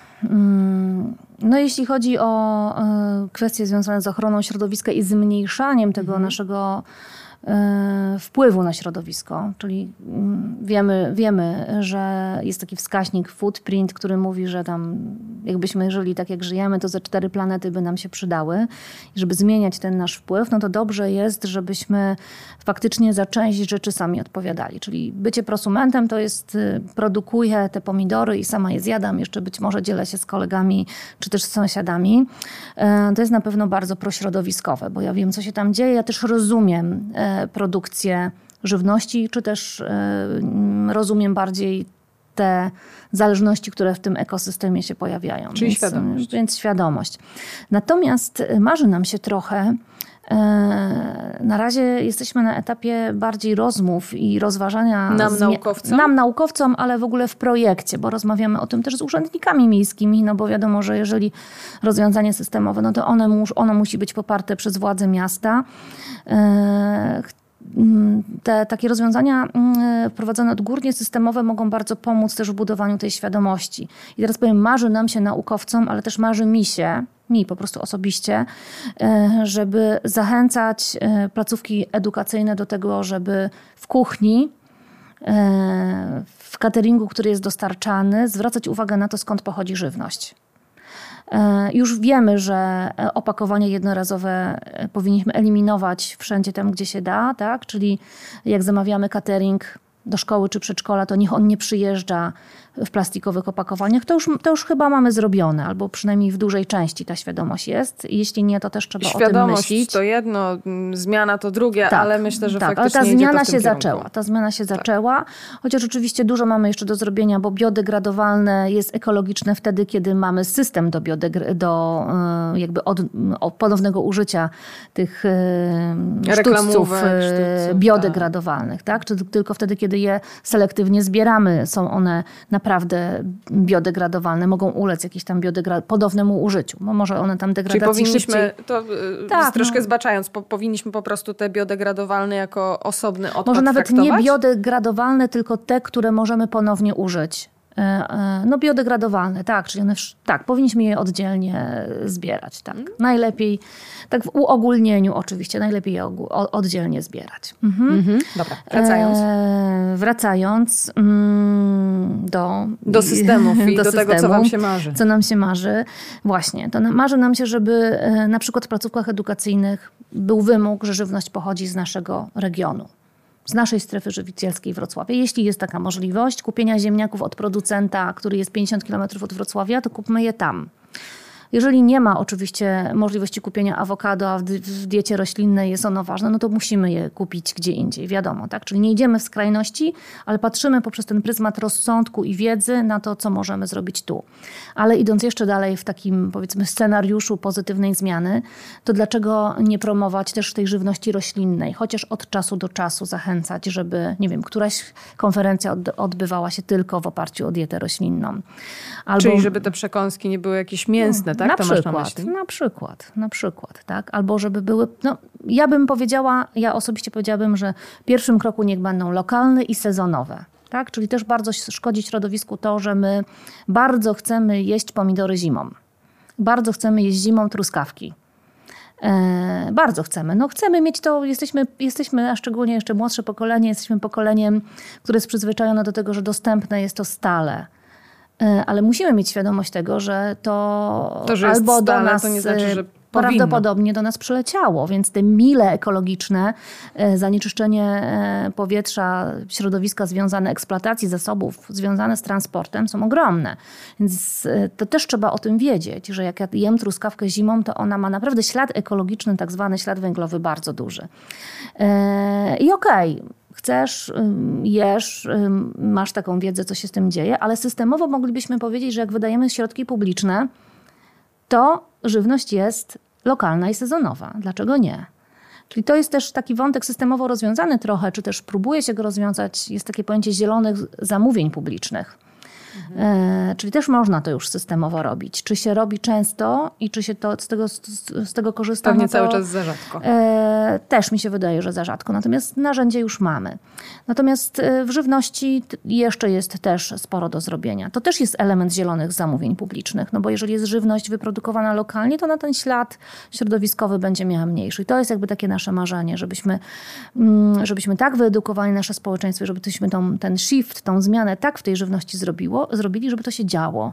S4: No jeśli chodzi o e, kwestie związane z ochroną środowiska i zmniejszaniem tego
S3: Mhm.
S4: naszego e, wpływu na środowisko, czyli mm, wiemy, wiemy, że jest taki wskaźnik footprint, który mówi, że tam jakbyśmy żyli tak jak żyjemy, to ze cztery planety by nam się przydały. I żeby zmieniać ten nasz wpływ, no to dobrze jest, żebyśmy faktycznie za część rzeczy sami odpowiadali. Czyli bycie prosumentem to jest, y, produkuję te pomidory i sama je zjadam, jeszcze być może dzielę się z kolegami czy też z sąsiadami. E, To jest na pewno bardzo prośrodowiskowe, bo ja wiem, co się tam dzieje, ja też rozumiem e, produkcję żywności, czy też e, mm, rozumiem bardziej te zależności, które w tym ekosystemie się pojawiają.
S3: Czyli
S4: więc,
S3: świadomość.
S4: Więc świadomość. Natomiast marzy nam się trochę, e, na razie jesteśmy na etapie bardziej rozmów i rozważania.
S3: Nam,
S4: zmia-
S3: naukowcom?
S4: Nam, naukowcom, ale w ogóle w projekcie, bo rozmawiamy o tym też z urzędnikami miejskimi, no bo wiadomo, że jeżeli rozwiązanie systemowe, no to one mus, ono musi być poparte przez władze miasta. E, Te takie rozwiązania wprowadzone odgórnie, systemowe mogą bardzo pomóc też w budowaniu tej świadomości. I teraz powiem, marzy nam się naukowcom, ale też marzy mi się, mi po prostu osobiście, żeby zachęcać placówki edukacyjne do tego, żeby w kuchni, w cateringu, który jest dostarczany, zwracać uwagę na to, skąd pochodzi żywność. Już wiemy, że opakowania jednorazowe powinniśmy eliminować wszędzie tam, gdzie się da, tak? Czyli jak zamawiamy catering do szkoły czy przedszkola, to niech on nie przyjeżdża w plastikowych opakowaniach. To już, to już chyba mamy zrobione, albo przynajmniej w dużej części ta świadomość jest. Jeśli nie, to też trzeba o tym
S3: Świadomość
S4: myśleć.
S3: to jedno, m, zmiana to drugie,
S4: Tak,
S3: ale myślę, że
S4: tak,
S3: faktycznie
S4: ale ta
S3: idzie
S4: zmiana
S3: to w tym
S4: się
S3: kierunku.
S4: zaczęła. Ta zmiana się zaczęła, chociaż oczywiście dużo mamy jeszcze do zrobienia, bo biodegradowalne jest ekologiczne wtedy, kiedy mamy system do, biodegr- do e, jakby od, od ponownego użycia tych e, sztućców e,
S3: sztućców,
S4: biodegradowalnych. Tak? Czy tylko wtedy, kiedy je selektywnie zbieramy, są one naprawdę biodegradowalne, mogą ulec jakieś tam biodegra- podobnemu użyciu. Bo może one tam
S3: Czyli
S4: degradacji
S3: powinniśmy,
S4: szybciej...
S3: to
S4: Tak,
S3: troszkę
S4: no.
S3: zbaczając, po, powinniśmy po prostu te biodegradowalne jako osobny odpad
S4: Może nawet nie
S3: traktować?
S4: biodegradowalne, tylko te, które możemy ponownie użyć. E, e, No biodegradowalne, tak, czyli one, wsz- tak, powinniśmy je oddzielnie zbierać, tak. Najlepiej, tak w uogólnieniu oczywiście, najlepiej je ogó- o- oddzielnie zbierać. Mhm.
S3: Mhm. Dobra, wracając.
S4: E, wracając mm, do...
S3: Do systemów i do, tego, co
S4: systemu,
S3: wam się marzy.
S4: Co nam się marzy. Właśnie, to na- marzy nam się, żeby e, na przykład w placówkach edukacyjnych był wymóg, że żywność pochodzi z naszego regionu. Z naszej strefy żywicielskiej Wrocławia. Jeśli jest taka możliwość kupienia ziemniaków od producenta, który jest pięćdziesiąt kilometrów od Wrocławia, to kupmy je tam. Jeżeli nie ma oczywiście możliwości kupienia awokado, a w, w diecie roślinnej jest ono ważne, no to musimy je kupić gdzie indziej, wiadomo, tak? Czyli nie idziemy w skrajności, ale patrzymy poprzez ten pryzmat rozsądku i wiedzy na to, co możemy zrobić tu. Ale idąc jeszcze dalej w takim, powiedzmy, scenariuszu pozytywnej zmiany, to dlaczego nie promować też tej żywności roślinnej, chociaż od czasu do czasu zachęcać, żeby, nie wiem, któraś konferencja odbywała się tylko w oparciu o dietę roślinną. Albo,
S3: Czyli żeby te przekąski nie były jakieś mięsne, tak?
S4: Na
S3: to
S4: przykład,
S3: masz na myśli?
S4: na przykład, na przykład, tak? Albo żeby były, no ja bym powiedziała, ja osobiście powiedziałabym, że w pierwszym kroku niech będą lokalne i sezonowe. Tak? Czyli też bardzo szkodzi środowisku to, że my bardzo chcemy jeść pomidory zimą. Bardzo chcemy jeść zimą truskawki. E, bardzo chcemy. No chcemy mieć to, jesteśmy, jesteśmy, a szczególnie jeszcze młodsze pokolenie, jesteśmy pokoleniem, które jest przyzwyczajone do tego, że dostępne jest to stale. E, ale musimy mieć świadomość tego, że to,
S3: to że
S4: albo
S3: jest stale,
S4: do nas
S3: to nie znaczy, że
S4: prawdopodobnie do nas przyleciało, więc te mile ekologiczne, zanieczyszczenie powietrza, środowiska związane, eksploatacji zasobów związane z transportem są ogromne. Więc to też trzeba o tym wiedzieć, że jak ja jem truskawkę zimą, to ona ma naprawdę ślad ekologiczny, tak zwany ślad węglowy bardzo duży. I okej, okay, chcesz, jesz, masz taką wiedzę, co się z tym dzieje, ale systemowo moglibyśmy powiedzieć, że jak wydajemy środki publiczne, to żywność jest lokalna i sezonowa. Dlaczego nie? Czyli to jest też taki wątek systemowo rozwiązany trochę, czy też próbuje się go rozwiązać. Jest takie pojęcie zielonych zamówień publicznych. Mhm. E, czyli też można to już systemowo robić. Czy się robi często i czy się to z tego, z, z tego korzysta?
S3: Pewnie
S4: no to,
S3: cały czas za rzadko.
S4: E, też mi się wydaje, że za rzadko. Natomiast narzędzie już mamy. Natomiast w żywności jeszcze jest też sporo do zrobienia. To też jest element zielonych zamówień publicznych. No bo jeżeli jest żywność wyprodukowana lokalnie, to na ten ślad środowiskowy będzie miała mniejszy. I to jest jakby takie nasze marzenie, żebyśmy, żebyśmy tak wyedukowali nasze społeczeństwo, żebyśmy tą, ten shift, tą zmianę tak w tej żywności zrobiło, zrobili, żeby to się działo.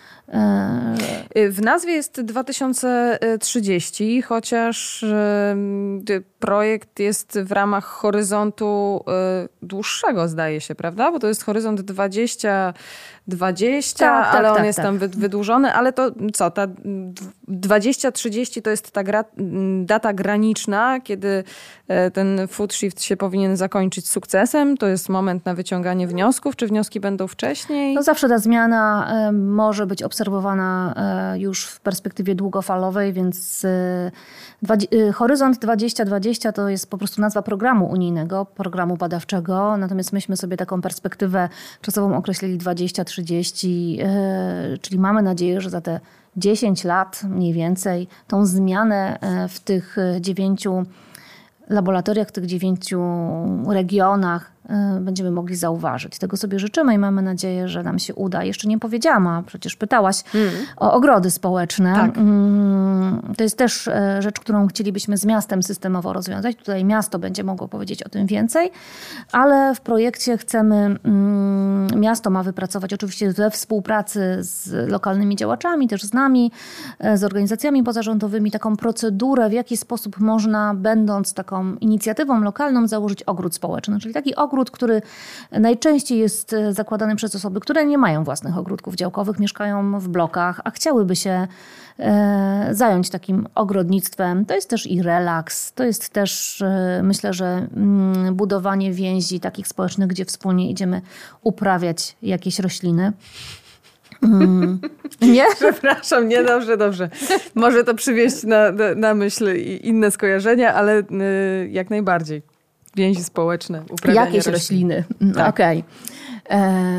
S3: W nazwie jest dwa tysiące trzydzieści, chociaż projekt jest w ramach horyzontu dłuższego, zdaje się, prawda? Bo to jest horyzont dwadzieścia dwadzieścia, tak, ale tak, on tak, jest tak. tam wydłużony. Ale to co, ta dwadzieścia trzydzieści to jest ta gra, data graniczna, kiedy ten food shift się powinien zakończyć sukcesem? To jest moment na wyciąganie wniosków? Czy wnioski będą wcześniej?
S4: No zawsze ta zmiana może być obserwowana już w perspektywie długofalowej, więc Horyzont dwadzieścia dwadzieścia to jest po prostu nazwa programu unijnego, programu badawczego, natomiast myśmy sobie taką perspektywę czasową określili dwadzieścia trzydzieści, czyli mamy nadzieję, że za te dziesięć lat mniej więcej tą zmianę w tych dziewięciu laboratoriach, w tych dziewięciu regionach będziemy mogli zauważyć. Tego sobie życzymy i mamy nadzieję, że nam się uda. Jeszcze nie powiedziałam, a przecież pytałaś mm. o ogrody społeczne. Tak. To jest też rzecz, którą chcielibyśmy z miastem systemowo rozwiązać. Tutaj miasto będzie mogło powiedzieć o tym więcej, ale w projekcie chcemy, miasto ma wypracować oczywiście we współpracy z lokalnymi działaczami, też z nami, z organizacjami pozarządowymi, taką procedurę, w jaki sposób można, będąc taką inicjatywą lokalną, założyć ogród społeczny. Czyli taki ogród, który najczęściej jest zakładany przez osoby, które nie mają własnych ogródków działkowych, mieszkają w blokach, a chciałyby się e, zająć takim ogrodnictwem. To jest też i relaks, to jest też e, myślę, że mm, budowanie więzi takich społecznych, gdzie wspólnie idziemy uprawiać jakieś rośliny. Mm. Nie?
S3: Przepraszam, nie, dobrze, dobrze. Może to przywieźć na, na myśl inne skojarzenia, ale y, jak najbardziej. Więzi społeczne, uprawianie
S4: Jakieś
S3: roślin.
S4: rośliny. Tak. Okej. Okay.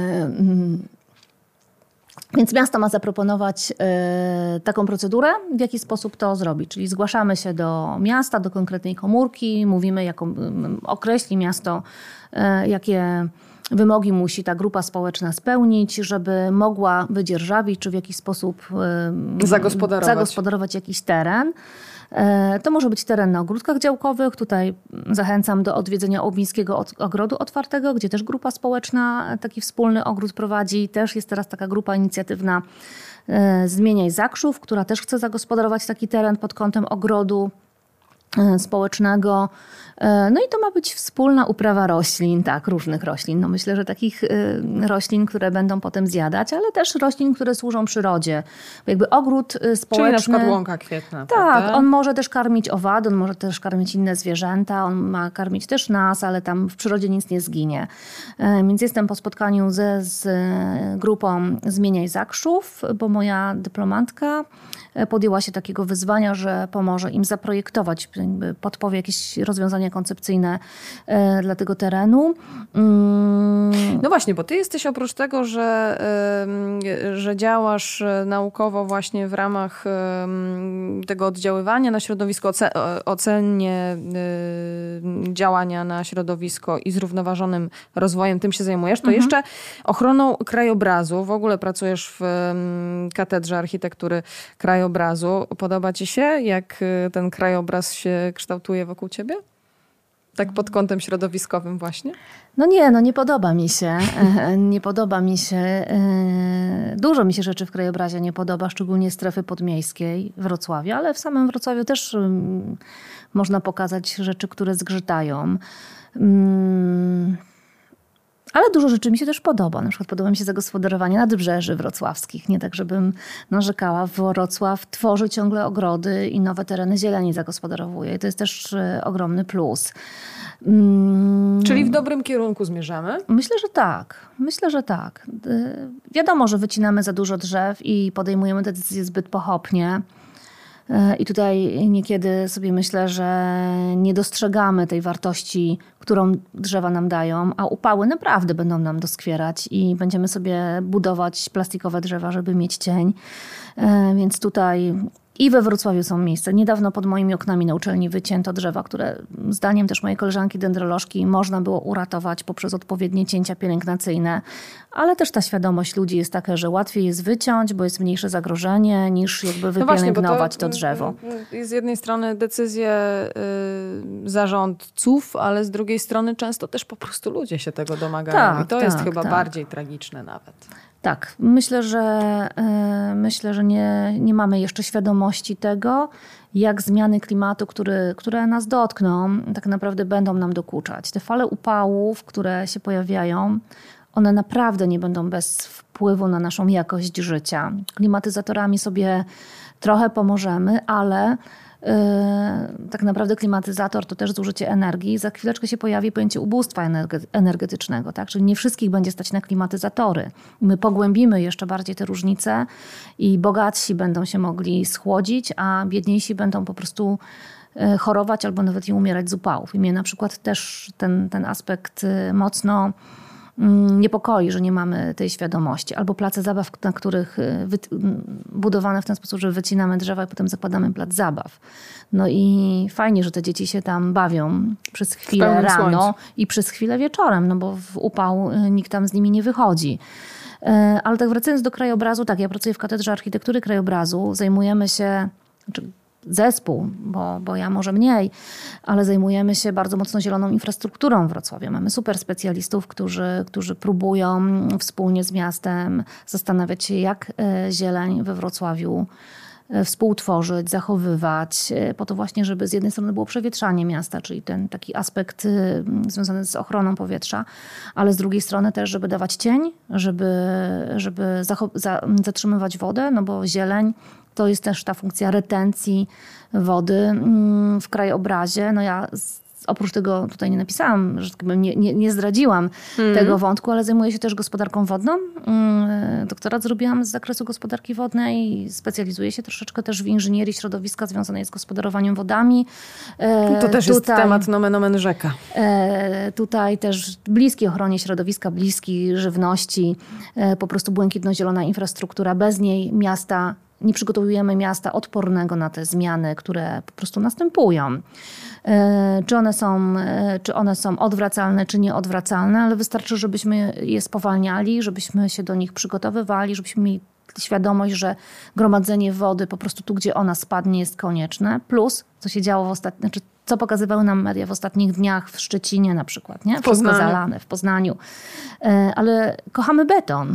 S4: Więc miasto ma zaproponować e, taką procedurę, w jaki sposób to zrobić. Czyli zgłaszamy się do miasta, do konkretnej komórki, mówimy, jaką, określi miasto, e, jakie wymogi musi ta grupa społeczna spełnić, żeby mogła wydzierżawić, czy w jakiś sposób e,
S3: zagospodarować.
S4: zagospodarować jakiś teren. To może być teren na ogródkach działkowych. Tutaj zachęcam do odwiedzenia Ołbińskiego Ogrodu Otwartego, gdzie też grupa społeczna taki wspólny ogród prowadzi. Też jest teraz taka grupa inicjatywna Zmieniaj Zakrzów, która też chce zagospodarować taki teren pod kątem ogrodu. społecznego. No i to ma być wspólna uprawa roślin, tak, różnych roślin. No myślę, że takich roślin, które będą potem zjadać, ale też roślin, które służą przyrodzie. Bo jakby ogród społeczny... Czyli
S3: na przykład łąka kwietna.
S4: Tak,
S3: prawda?
S4: On może też karmić owady, on może też karmić inne zwierzęta, on ma karmić też nas, ale tam w przyrodzie nic nie zginie. Więc jestem po spotkaniu ze, z grupą Zmieniaj Zakrzów, bo moja dyplomantka podjęła się takiego wyzwania, że pomoże im zaprojektować, jakby podpowie jakieś rozwiązania koncepcyjne dla tego terenu.
S3: No właśnie, bo ty jesteś oprócz tego, że, że działasz naukowo właśnie w ramach tego oddziaływania na środowisko, ocenie działania na środowisko i zrównoważonym rozwojem, tym się zajmujesz, to mhm. jeszcze ochroną krajobrazu. W ogóle pracujesz w Katedrze Architektury Krajobrazu. Podoba ci się, jak ten krajobraz się kształtuje wokół ciebie? Tak pod kątem środowiskowym właśnie?
S4: No nie, no nie podoba mi się. Nie podoba mi się. Dużo mi się rzeczy w krajobrazie nie podoba, szczególnie strefy podmiejskiej Wrocławia, ale w samym Wrocławiu też można pokazać rzeczy, które zgrzytają. Ale dużo rzeczy mi się też podoba. Na przykład podoba mi się zagospodarowanie nadbrzeży wrocławskich. Nie tak, żebym narzekała. Wrocław tworzy ciągle ogrody i nowe tereny zieleni zagospodarowuje. I to jest też ogromny plus.
S3: Hmm. Czyli w dobrym kierunku zmierzamy?
S4: Myślę, że tak. Myślę, że tak. Wiadomo, że wycinamy za dużo drzew i podejmujemy decyzje zbyt pochopnie. I tutaj niekiedy sobie myślę, że nie dostrzegamy tej wartości, którą drzewa nam dają, a upały naprawdę będą nam doskwierać i będziemy sobie budować plastikowe drzewa, żeby mieć cień. Więc tutaj i we Wrocławiu są miejsca. Niedawno pod moimi oknami na uczelni wycięto drzewa, które zdaniem też mojej koleżanki dendrolożki można było uratować poprzez odpowiednie cięcia pielęgnacyjne. Ale też ta świadomość ludzi jest taka, że łatwiej jest wyciąć, bo jest mniejsze zagrożenie, niż jakby wypielęgnować no właśnie, to, to drzewo.
S3: Z jednej strony decyzje y, zarządców, ale z drugiej strony często też po prostu ludzie się tego domagają. Tak, I to tak, jest chyba tak. bardziej tragiczne nawet.
S4: Tak, myślę, że, yy, myślę, że nie, nie mamy jeszcze świadomości tego, jak zmiany klimatu, który, które nas dotkną, tak naprawdę będą nam dokuczać. Te fale upałów, które się pojawiają, one naprawdę nie będą bez wpływu na naszą jakość życia. Klimatyzatorami sobie trochę pomożemy, ale Yy, tak naprawdę klimatyzator to też zużycie energii. Za chwileczkę się pojawi pojęcie ubóstwa energetycznego, tak? Czyli nie wszystkich będzie stać na klimatyzatory. My pogłębimy jeszcze bardziej te różnice i bogatsi będą się mogli schłodzić, a biedniejsi będą po prostu chorować albo nawet i umierać z upałów. I mnie na przykład też ten, ten aspekt mocno niepokoi, że nie mamy tej świadomości. Albo place zabaw, na których wy... budowane w ten sposób, że wycinamy drzewa i potem zakładamy plac zabaw. No i fajnie, że te dzieci się tam bawią przez chwilę rano słońcu. I przez chwilę wieczorem, no bo w upał nikt tam z nimi nie wychodzi. Ale tak wracając do krajobrazu, tak, ja pracuję w Katedrze Architektury Krajobrazu, zajmujemy się... Znaczy, zespół, bo, bo ja może mniej, ale zajmujemy się bardzo mocno zieloną infrastrukturą w Wrocławiu. Mamy super specjalistów, którzy, którzy próbują wspólnie z miastem zastanawiać się, jak zieleń we Wrocławiu współtworzyć, zachowywać, po to właśnie, żeby z jednej strony było przewietrzanie miasta, czyli ten taki aspekt związany z ochroną powietrza, ale z drugiej strony też, żeby dawać cień, żeby, żeby zatrzymywać wodę, no bo zieleń to jest też ta funkcja retencji wody w krajobrazie. No ja oprócz tego tutaj nie napisałam, że nie, nie, nie zdradziłam mm. tego wątku, ale zajmuję się też gospodarką wodną. Doktorat zrobiłam z zakresu gospodarki wodnej. Specjalizuję się troszeczkę też w inżynierii środowiska związanej z gospodarowaniem wodami.
S3: To też tutaj, jest temat nomen omen rzeka.
S4: Tutaj też bliski ochronie środowiska, bliski żywności. Po prostu błękitno-zielona infrastruktura. Bez niej miasta nie przygotowujemy miasta odpornego na te zmiany, które po prostu następują. Czy one są, czy one są odwracalne, czy nieodwracalne, ale wystarczy, żebyśmy je spowalniali, żebyśmy się do nich przygotowywali, żebyśmy mieli świadomość, że gromadzenie wody po prostu tu, gdzie ona spadnie, jest konieczne. Plus, co się działo w ostatnich, znaczy co pokazywały nam media w ostatnich dniach w Szczecinie na przykład, nie? Wszystko zalane, w Poznaniu. Ale kochamy beton.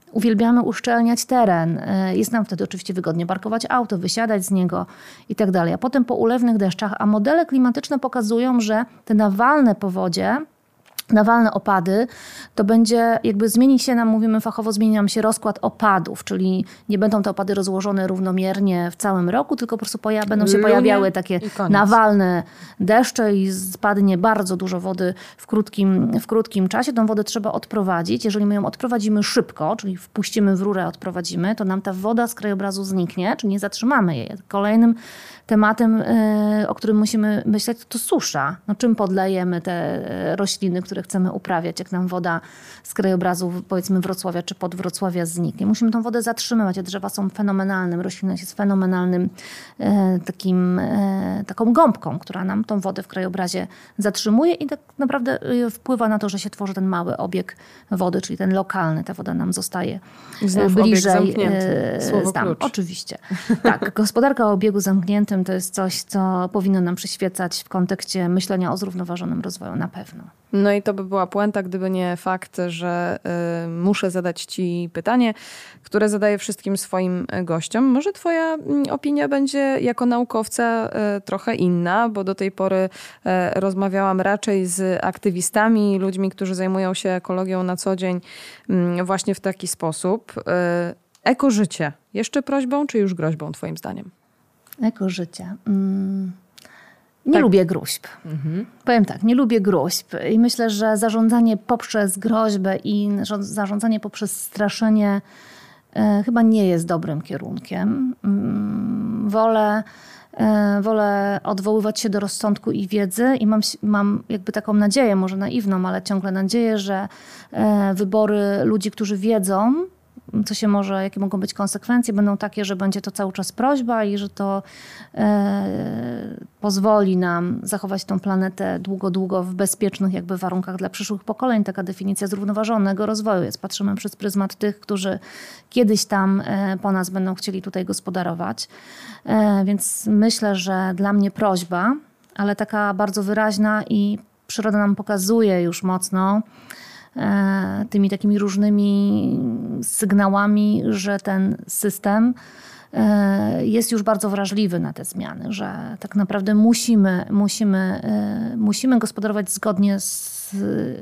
S4: Uwielbiamy uszczelniać teren. Jest nam wtedy oczywiście wygodnie parkować auto, wysiadać z niego i tak dalej. A potem po ulewnych deszczach, a modele klimatyczne pokazują, że te nawalne powodzie, nawalne opady, to będzie jakby zmieni się nam, mówimy fachowo, zmieni nam się rozkład opadów, czyli nie będą te opady rozłożone równomiernie w całym roku, tylko po prostu poja- będą się
S3: Lunie
S4: pojawiały takie
S3: koniec.
S4: nawalne deszcze i spadnie bardzo dużo wody w krótkim, w krótkim czasie. Tą wodę trzeba odprowadzić. Jeżeli my ją odprowadzimy szybko, czyli wpuścimy w rurę, odprowadzimy, to nam ta woda z krajobrazu zniknie, czyli nie zatrzymamy jej. Kolejnym tematem, o którym musimy myśleć, to susza. No, czym podlejemy te rośliny, które chcemy uprawiać, jak nam woda z krajobrazu, powiedzmy Wrocławia czy pod Wrocławia zniknie. Musimy tą wodę zatrzymywać. Te drzewa są fenomenalnym, roślinność jest fenomenalnym e, takim, e, taką gąbką, która nam tą wodę w krajobrazie zatrzymuje i tak naprawdę wpływa na to, że się tworzy ten mały obieg wody, czyli ten lokalny. Ta woda nam zostaje
S3: Znów
S4: bliżej
S3: Słowo
S4: tam.
S3: klucz.
S4: Oczywiście. Tak, gospodarka o obiegu zamkniętym to jest coś, co powinno nam przyświecać w kontekście myślenia o zrównoważonym rozwoju na pewno.
S3: No i to by była puenta, gdyby nie fakt, że y, muszę zadać ci pytanie, które zadaję wszystkim swoim gościom. Może twoja opinia będzie jako naukowca y, trochę inna, bo do tej pory y, rozmawiałam raczej z aktywistami, ludźmi, którzy zajmują się ekologią na co dzień y, właśnie w taki sposób. Y, ekożycie. Jeszcze prośbą, czy już groźbą twoim zdaniem?
S4: Ekożycie. Mm. Nie
S3: Tak.
S4: lubię gruźb. Mhm. Powiem tak, nie lubię gruźb i myślę, że zarządzanie poprzez groźbę i zarządzanie poprzez straszenie e, chyba nie jest dobrym kierunkiem. Mm, wolę, e, wolę odwoływać się do rozsądku i wiedzy i mam, mam jakby taką nadzieję, może naiwną, ale ciągle nadzieję, że e, wybory ludzi, którzy wiedzą, co się może, jakie mogą być konsekwencje, będą takie, że będzie to cały czas prośba i że to e, pozwoli nam zachować tą planetę długo, długo w bezpiecznych jakby warunkach dla przyszłych pokoleń. Taka definicja zrównoważonego rozwoju jest. Patrzymy przez pryzmat tych, którzy kiedyś tam e, po nas będą chcieli tutaj gospodarować. E, więc myślę, że dla mnie prośba, ale taka bardzo wyraźna i przyroda nam pokazuje już mocno, tymi takimi różnymi sygnałami, że ten system jest już bardzo wrażliwy na te zmiany, że tak naprawdę musimy, musimy, musimy gospodarować zgodnie z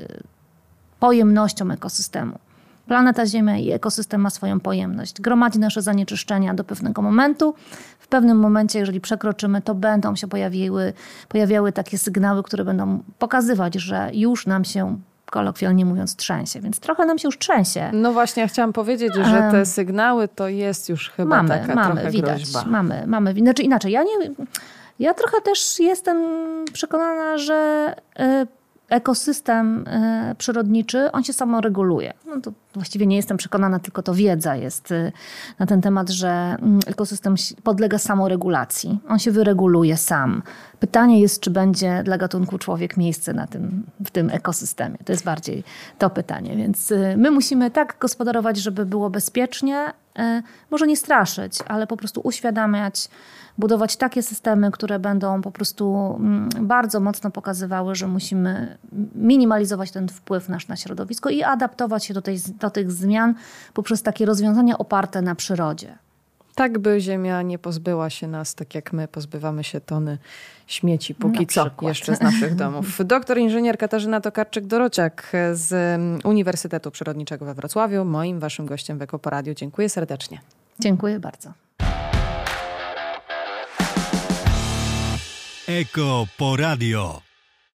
S4: pojemnością ekosystemu. Planeta Ziemia i ekosystem ma swoją pojemność. Gromadzi nasze zanieczyszczenia do pewnego momentu. W pewnym momencie, jeżeli przekroczymy, to będą się pojawiły, pojawiały takie sygnały, które będą pokazywać, że już nam się, kolokwialnie mówiąc, trzęsie. Więc trochę nam się już trzęsie.
S3: No właśnie, ja chciałam powiedzieć, że te sygnały to jest już chyba
S4: mamy,
S3: taka
S4: mamy,
S3: trochę
S4: widać,
S3: groźba.
S4: Mamy, mamy. Znaczy inaczej, ja, nie, ja trochę też jestem przekonana, że ekosystem przyrodniczy, on się samoreguluje. No to właściwie nie jestem przekonana, tylko to wiedza jest na ten temat, że ekosystem podlega samoregulacji. On się wyreguluje sam. Pytanie jest, czy będzie dla gatunku człowiek miejsce na tym, w tym ekosystemie. To jest bardziej to pytanie. Więc my musimy tak gospodarować, żeby było bezpiecznie. Może nie straszyć, ale po prostu uświadamiać, budować takie systemy, które będą po prostu bardzo mocno pokazywały, że musimy minimalizować ten wpływ nasz na środowisko i adaptować się do, tej, do tych zmian poprzez takie rozwiązania oparte na przyrodzie. Tak,
S3: by Ziemia nie pozbyła się nas, tak jak my pozbywamy się tony śmieci, póki co jeszcze z naszych domów. Doktor inżynier Katarzyna Tokarczyk-Dorociak z Uniwersytetu Przyrodniczego we Wrocławiu, moim waszym gościem w Eko-Poradiu. Dziękuję serdecznie.
S4: Dziękuję bardzo.
S2: Eko-Poradio.